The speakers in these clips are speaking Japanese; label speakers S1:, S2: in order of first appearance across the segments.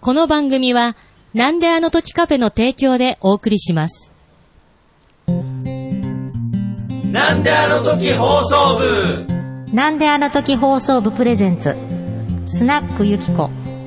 S1: この番組はなんであの時カフェの提供でお送りします。
S2: なんであの時放送部、
S3: なんであの時放送部プレゼンツスナックゆきこ。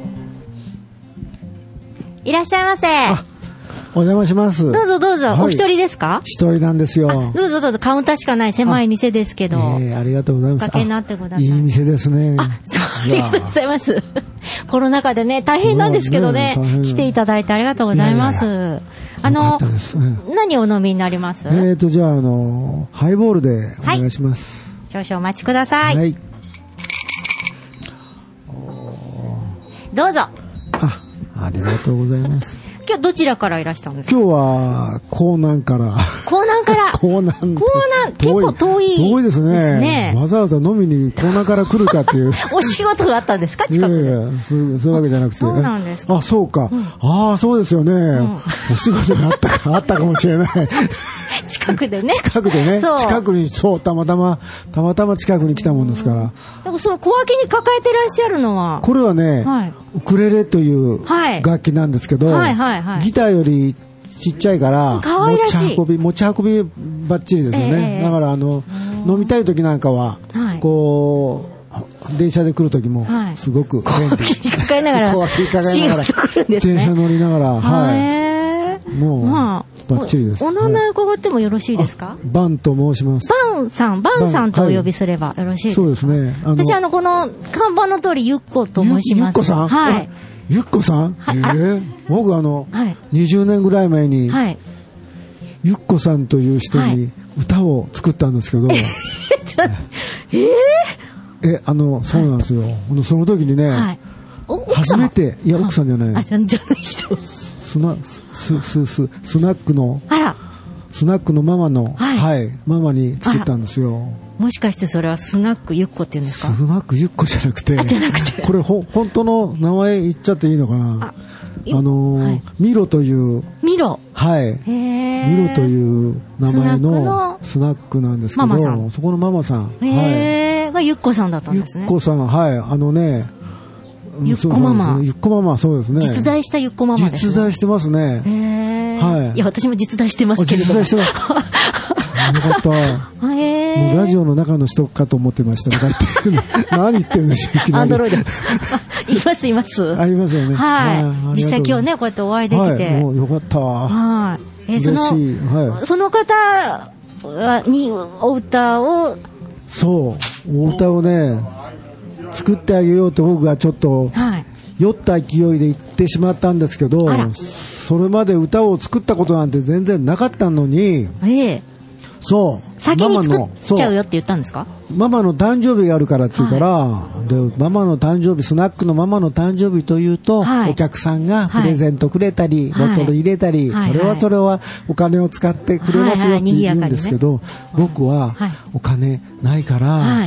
S3: いらっしゃいませ。
S4: お邪魔します。
S3: どうぞどうぞ、はい、お一人ですか？
S4: 一人なんですよ。
S3: どうぞどうぞ、カウンターしかない狭い店ですけど。
S4: ありがとうございます。
S3: おかけになってください。
S4: いい店ですね。
S3: そうありがとうございます。コロナ禍でね、大変なんですけどね、来ていただいてありがとうございます。何をお飲みになります？
S4: じゃあ、ハイボールでお願いします。
S3: はい、少々お待ちください。はい。どうぞ。
S4: ありがとうございます。
S3: 今日どちらからいらしたんですか？
S4: 今日は江南から。
S3: 江南から。
S4: 江南
S3: 結構遠い。
S4: 遠いですね。わざわざ飲みに江南から来るかっていう。
S3: お仕事があったんですか？近くで。
S4: いやそういうわけじゃなくて。
S3: そうなんですか。
S4: そうか。そうですよね。お仕事があったかもしれない。
S3: 近くでね。
S4: 近くに、たまたま近くに来たもんですから。
S3: でもその小脇に抱えてらっしゃるのは。
S4: これはね、ウクレレという楽器なんですけど、ギターよりちっちゃいから、
S3: 可愛らしい。
S4: 持ち運びバッチリですよね。だから飲みたい時なんかは、こう、電車で来る時も、すごく便利。
S3: 小脇に抱えながら、
S4: 電車乗りながら、もう、バッチリです。
S3: お名前伺ってもよろしいですか？
S4: バンと申します。
S3: バンさんとお呼びすればよろしいですか？
S4: そうですね。
S3: 私この看板の通りゆっこと申します。
S4: ゆっこさん？
S3: はい。
S4: ゆっこさん？僕20年ぐらい前に、ゆっこさんという人に歌を作ったんですけど。そうなんですよ。その時にね、初めて、奥さんじゃない。
S3: じゃない人。
S4: スナックのママの、ママに作ったんですよ。
S3: もしかしてそれはスナックゆっこっていうんですか？
S4: スナックゆっこじゃなくて、これ本当の名前言っちゃっていいのかな？ミロという、ミロという名前のスナックなんですけど、そこのママさん、
S3: がゆっこさんだったんですね。
S4: ゆっこさん、
S3: ゆっこママ。
S4: ゆっこママ、そうですね。
S3: 実在したゆっこママですね。
S4: 実在してますね。
S3: いや、私も実在してますけれども。
S4: 実在してます。よかった。もうラジオの中の人かと思ってました。何言ってるんでしょう、いきなり。
S3: アンドロイド。います。
S4: ありますよね。
S3: 実際今日ね、こうやってお会いできて。
S4: もうよかったわ。
S3: その方にお歌を。
S4: そう、お歌をね、作ってあげようと僕がちょっと酔った勢いで言ってしまったんですけど、それまで歌を作ったことなんて全然なかったのに、そう
S3: 先に作っちゃうよって言ったんですか？
S4: ママの誕生日があるからって言うから、でママの誕生日、スナックのママの誕生日というと、お客さんがプレゼントくれたり、ボトル入れたり、それはお金を使ってくれますよって言うんですけど、僕はお金ないから、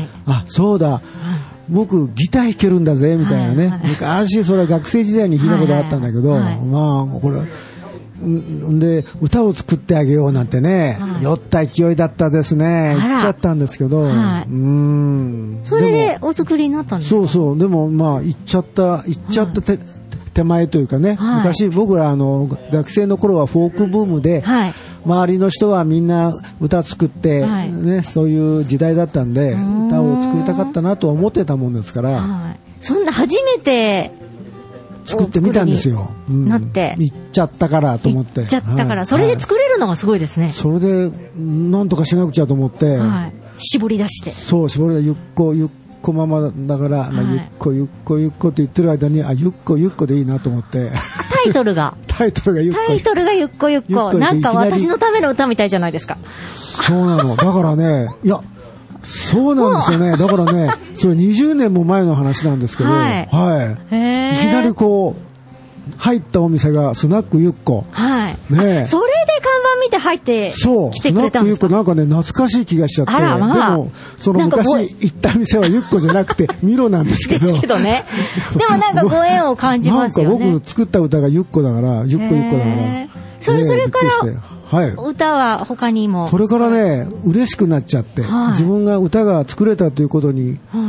S4: そうだ、僕ギター弾けるんだぜみたいなね、昔それは学生時代に弾いたことあったんだけど、これで歌を作ってあげようなんてね、酔った勢いだったですね。言っちゃったんですけど、
S3: それでお作りになったんですか？
S4: そうでも言っちゃった手前というかね、昔僕ら学生の頃はフォークブームで、周りの人はみんな歌作って、そういう時代だったんで、歌を作りたかったなと思ってたもんですから、
S3: そんな初めて
S4: 作ってみたんですよ。
S3: なって
S4: 行っちゃったからと思って。
S3: 行っちゃったから、それで作れるのがすごいですね。
S4: それでなんとかしなくちゃと思って、
S3: 絞り出して。
S4: そう絞り出ゆっこママだから、ゆっこって言ってる間にゆっこでいいなと思って。
S3: タイトルがゆっこ。なんか私のための歌みたいじゃないですか。
S4: そうなの。だからね、いや。そうなんですよね。だからね、それ20年も前の話なんですけど、いきなりこう入ったお店がスナックゆっこ。
S3: それで看板見て入って来てくれたんですか？
S4: スナックゆっこなんかね懐かしい気がしちゃって、でもその昔行った店はゆっこじゃなくてミロなんですけど。
S3: ですけどね。でもなんかご縁を感じますよね。
S4: なんか僕作った歌がゆっこだからゆっこだから。
S3: それから歌は他にも。
S4: それからね嬉しくなっちゃって、自分が歌が作れたということに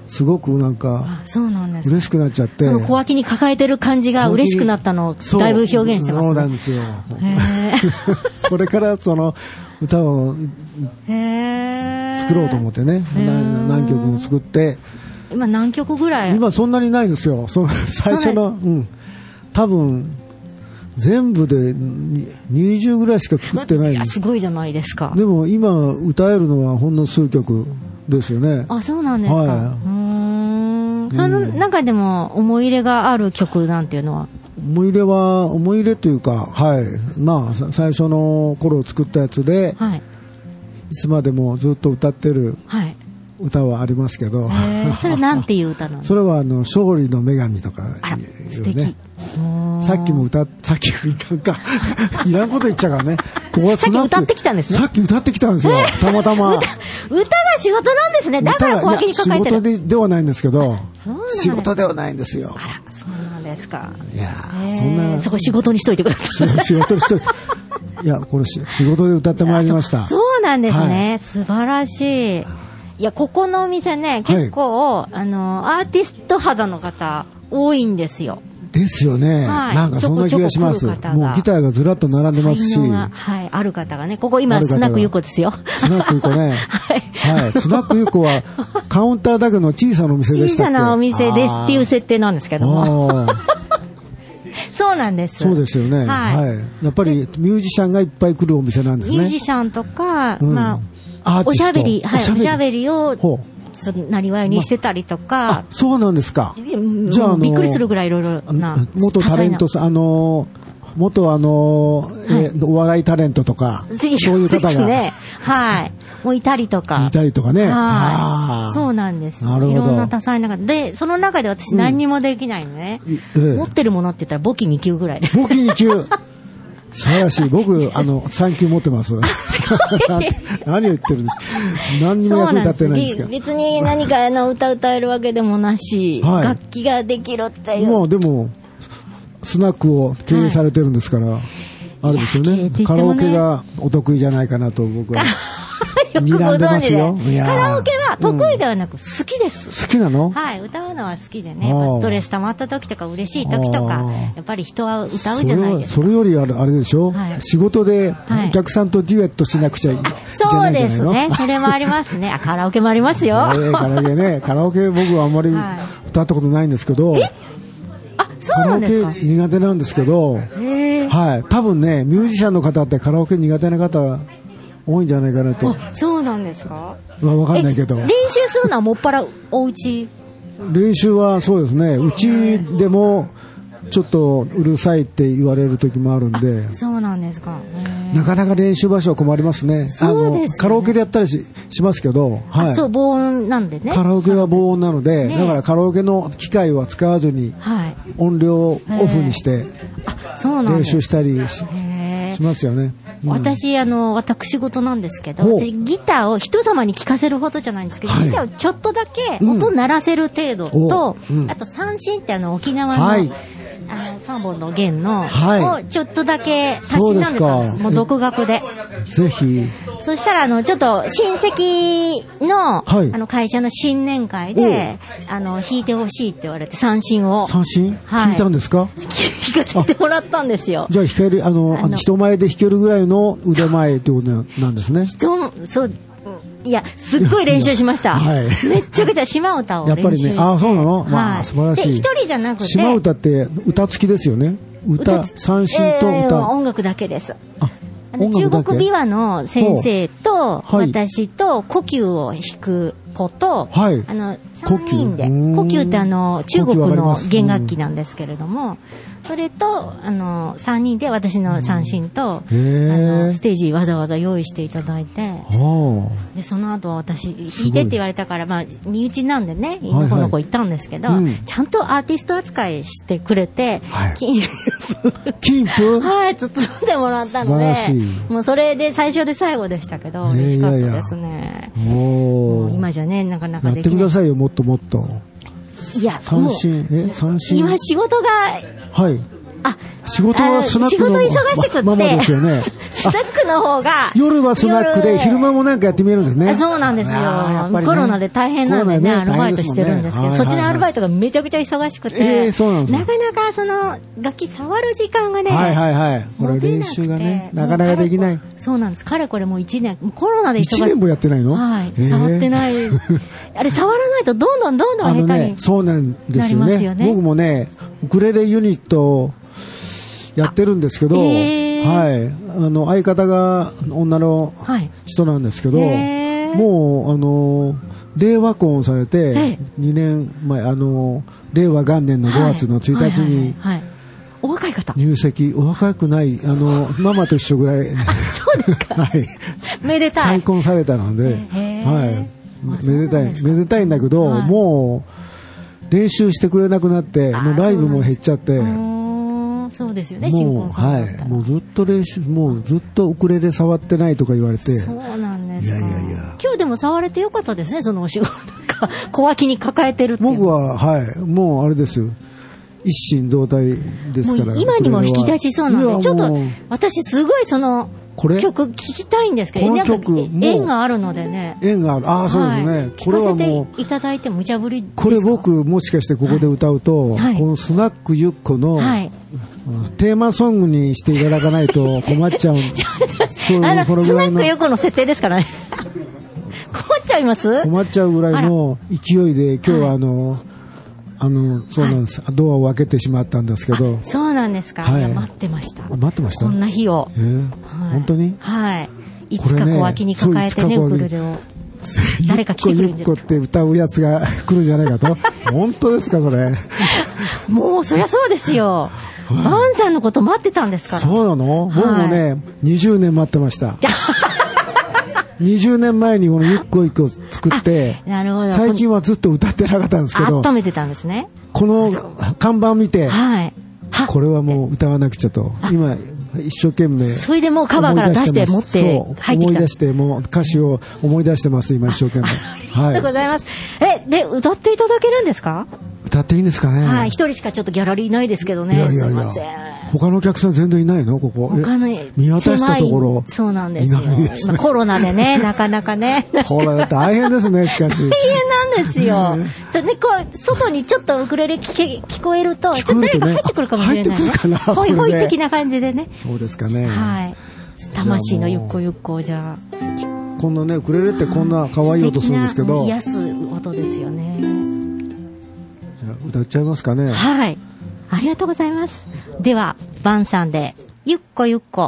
S4: すごくなんか、
S3: そうなんです。
S4: 嬉しくなっちゃって。
S3: その小脇に抱えてる感じが嬉しくなったのをだいぶ表現してますね。
S4: そうなんですよ。それからその歌を作ろうと思ってね、何曲も作って。
S3: 今何曲ぐらい？
S4: 今そんなにないんですよ。最初の、多分、全部で20ぐらいしか作ってないんです。
S3: すごいじゃないですか。
S4: でも今歌えるのはほんの数曲ですよね。
S3: あ、そうなんですか。その中でも思い入れがある曲なんていうのは？
S4: 思い入れというか、はい。まあ、最初の頃作ったやつで、はい、いつまでもずっと歌ってる歌はありますけど。
S3: それなんていう歌なの？
S4: それは勝利の女神とか、ね。
S3: あら、素敵。
S4: さっきいらんこと言っちゃうからね。
S3: さっき歌ってきたんですね。
S4: さっき歌ってきたんですよ。たまたま。
S3: 歌が仕事なんですね。だから小脇に抱えてる。
S4: 仕事ではないんですけど。仕事ではないんですよ。
S3: あら、そうなんですか。
S4: いや、そんな。
S3: そこ仕事にしといてください。
S4: 仕事にしといて。いや、これ仕事で歌ってまいりました。
S3: そうなんですね。素晴らしい。いや、ここのお店ね、結構、アーティスト肌の方、多いんですよ。
S4: ですよね。なんかそんな気がします。もうギターがずらっと並んでますし。
S3: はい、ある方がね、ここ今、スナックゆこですよ。
S4: スナックゆこね。はい。スナックゆこは、カウンターだけの小さなお店でしたっけ？
S3: 小さなお店ですっていう設定なんですけども。そうなんです。
S4: そうですよね。はい。やっぱりミュージシャンがいっぱい来るお店なんですね。
S3: ミュージシャンとか、まあ、おしゃべりを、なりわいにしてたりとか。
S4: そうなんですか。
S3: じゃあ、びっくりするぐらいいろいろな。
S4: 元タレントさん、元お笑いタレントとか、そういう方が。ですね。はい。もういたりとか。いたりとかね。
S3: はい。そうなんです。なるほど。いろんな多彩な方で、その中で私何にもできないのね。持ってるものって言ったら簿記2級ぐらいで。
S4: 簿記2級素晴らしい。僕、3級持ってます。何を言ってるんです。何にも役に立ってないんですけど。
S3: 別に何か歌えるわけでもなし、楽器ができるっていう。
S4: もうでも、スナックを経営されてるんですから、あれですよね。カラオケがお得意じゃないかなと僕は。睨んでますよ。
S3: カラオケは得意ではなく好きです。
S4: 好きなの？
S3: はい、歌うのは好きでね。ストレス溜まった時とか嬉しい時とか、やっぱり人は歌うじゃないですか。
S4: それよりあれでしょ？仕事でお客さんとデュエットしなくちゃいけないじゃないの？
S3: そうですね。それもありますね。カラオケもありますよ。
S4: カラオケね。カラオケ僕はあんまり歌ったことないんですけど。
S3: そうなんですか？
S4: カラオケ苦手なんですけど、はい。多分ね、ミュージシャンの方ってカラオケ苦手な方多いんじゃないかなと。
S3: そうなんですか？
S4: わかんないけど。
S3: 練習するのはもっぱらお家？
S4: 練習はそうですね。うちでもちょっとうるさいって言われる時もあるんで。
S3: そうなんですか。
S4: なかなか練習場所は困りますね。
S3: そうですね。
S4: カラオケでやったりしますけど、はい。
S3: そう、防音なんでね。
S4: カラオケは防音なので、だからカラオケの機械は使わずに、音量をオフにして、練習したりしますよね。
S3: 私、私事なんですけど、ギターを人様に聴かせるほどじゃないんですけど、ギターをちょっとだけ音鳴らせる程度と、あと三振って沖縄の、3本の弦の、をちょっとだけたしなんでたんです。もう独学で。
S4: ぜひ。
S3: そしたら、ちょっと親戚の、会社の新年会で、弾いてほしいって言われて、三振を。
S4: 三振？弾いたんですか？
S3: 弾かせてもらったんですよ。
S4: じゃあ弾ける、人前で弾けるぐらいの腕前ってことなんですね。
S3: そう。いや、すっごい練習しました。めっちゃくちゃ島唄を練習して。
S4: やっぱりね、そうなの？まあ、素晴らしい。
S3: で、一人じゃなくて。
S4: 島唄って歌付きですよね。三振と歌。
S3: 音楽だけです。中国琵琶の先生と、私と呼吸を弾く子と、3人で、呼吸って中国の弦楽器なんですけれども、それと、3人で私の三振と、ステージわざわざ用意していただいて、で、その後私、弾いてって言われたから、まあ、身内なんでね、のこのこ行ったんですけど、ちゃんとアーティスト扱いしてくれて、
S4: 金符
S3: はい、包んでもらったので、もうそれで最初で最後でしたけど、嬉しかったですね。今じゃね、なかなかできない。
S4: やってくださいよ、もっともっと。
S3: いや、
S4: 三振
S3: 今仕事が、
S4: 仕事はスナックの
S3: 仕事忙しくって、
S4: ママですよね。
S3: スナックの方が。
S4: 夜はスナックで、昼間もなんかやってみるんですね。
S3: そうなんですよ。コロナで大変なんでね、アルバイトしてるんですけど、そっちのアルバイトがめちゃくちゃ忙しくて、
S4: そうなんです
S3: なかなかその、楽器触る時間がね、
S4: これ練習がね、なかなかできない。
S3: そうなんです。かれこれもう1年、コロナで忙しい。
S4: 1年もやってないの？
S3: はい。触ってない。あれ触らないとどんどん下手に。
S4: そうなんですよね。僕もね、ウクレレユニットやってるんですけど、はい。相方が女の人なんですけど、もう、令和婚をされて、2年前、令和元年の5月の1日に、
S3: お若い方
S4: 入籍、お若くない、ママと一緒ぐらい。
S3: そうですか。
S4: はい。
S3: めでたい。
S4: 再婚されたので、はい。めでたいんだけど、もう、練習してくれなくなって、もうライブも減っちゃって、
S3: そうですよね、新婚さんだったら。
S4: もうずっと練習、もうずっとウクレレ触ってないとか言われて。
S3: そうなんですか。今日でも触れてよかったですね、そのお仕事。なんか、小脇に抱えてるっていう。
S4: 僕は、もうあれですよ。一心同体ですから。
S3: 今にも引き出しそうなんで、ちょっと、私すごいその、曲聴きたいんですけど、なんか縁があるのでね。
S4: 縁がある。ああ、そうですね。
S3: これはもう。いただいて無茶ぶりですか？
S4: これ僕、もしかしてここで歌うと、このスナックゆっこの、テーマソングにしていただかないと困っちゃう。
S3: スナックゆっこの設定ですからね。困っちゃいます？
S4: 困っちゃうぐらいの勢いで、今日はそうなんです。ドアを開けてしまったんですけど。
S3: そうなんですか。待ってました。
S4: 待ってました。
S3: こんな日を。
S4: 本当に？
S3: はい。いつか小脇に抱えてね、ウクレレを。誰か来てくれるんじゃない
S4: ゆっこって歌うやつが来るんじゃないかと。本当ですか、それ。
S3: もう、そりゃそうですよ。バンさんのこと待ってたんですから。
S4: そうなの？僕もね、20年待ってました。20年前にこのゆっこゆっこを作って、
S3: なるほど。
S4: 最近はずっと歌ってなかったんですけど、
S3: 温めてたんですね。
S4: この看板を見て、これはもう歌わなくちゃと、今一生懸命。
S3: それでもうカバーから出して持って入ってきた。
S4: 思い出して、もう歌詞を思い出してます、今一生懸命。
S3: ありがとうございます。で、歌っていただけるんですか？
S4: 歌っていいんですかね。
S3: はい、一人しかちょっとギャラリーいないですけどね。すいません。
S4: 他のお客さん全然いないのここ。
S3: 他の
S4: 見渡したところ。
S3: そうなんですよ。今コロナでね、なかなかね。
S4: コロナ大変ですね、しかし。
S3: 大変なんですよ。で、こう、外にちょっとウクレレ聞こえると、ちょっと誰か入ってくるかもしれないね。
S4: 入ってくるかな。
S3: ホイホイ的な感じでね。
S4: そうですかね。
S3: はい。魂のゆっこゆっこじゃあ。
S4: こんなね、ウクレレってこんな可愛い音するんですけど。
S3: 癒す音ですよね。
S4: じゃあ歌っちゃいますかね。
S3: はい。ありがとうございます。では、バンさんで、ゆっこゆっこ。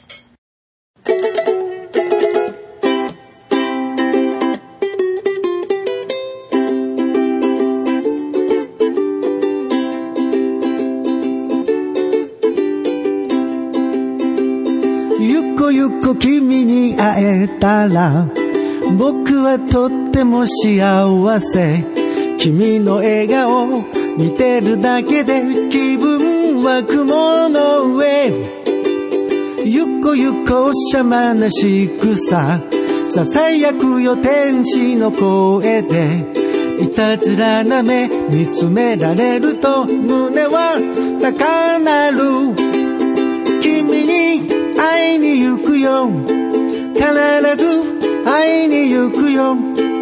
S4: ゆっこゆっこ君に会えたら、僕はとっても幸せ。君の笑顔見てるだけで気分は雲の上。ゆっこゆっこおしゃまなしくさ、ささやくよ天使の声で、いたずらな目見つめられると胸は高鳴る。君に会いに行くよ、必ず会いに行くよ。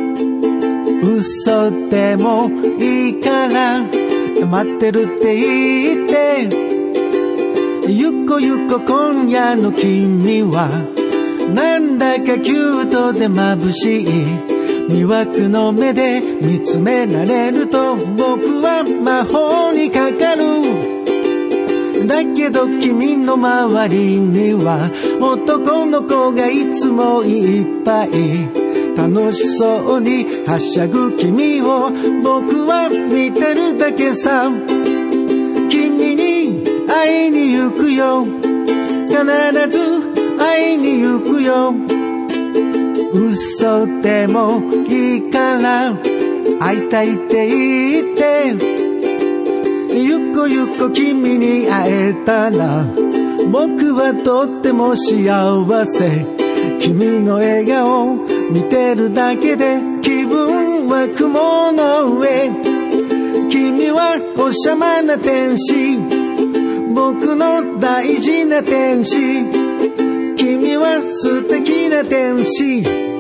S4: 嘘でもいいから待ってるって言って、ゆっこゆっこ今夜の君はなんだかキュートで眩しい。魅惑の目で見つめられると僕は魔法にかかる。だけど君の周りには男の子がいつもいっぱい。楽しそうにはしゃぐ君を僕は見てるだけさ。君に会いに行くよ、必ず会いに行くよ。嘘でもいいから会いたいって言って、ゆっこゆっこ君に会えたら僕はとっても幸せ。君の笑顔見てるだけで気分は雲の上。君はおしゃまな天使、僕の大事な天使。 君は素敵な天使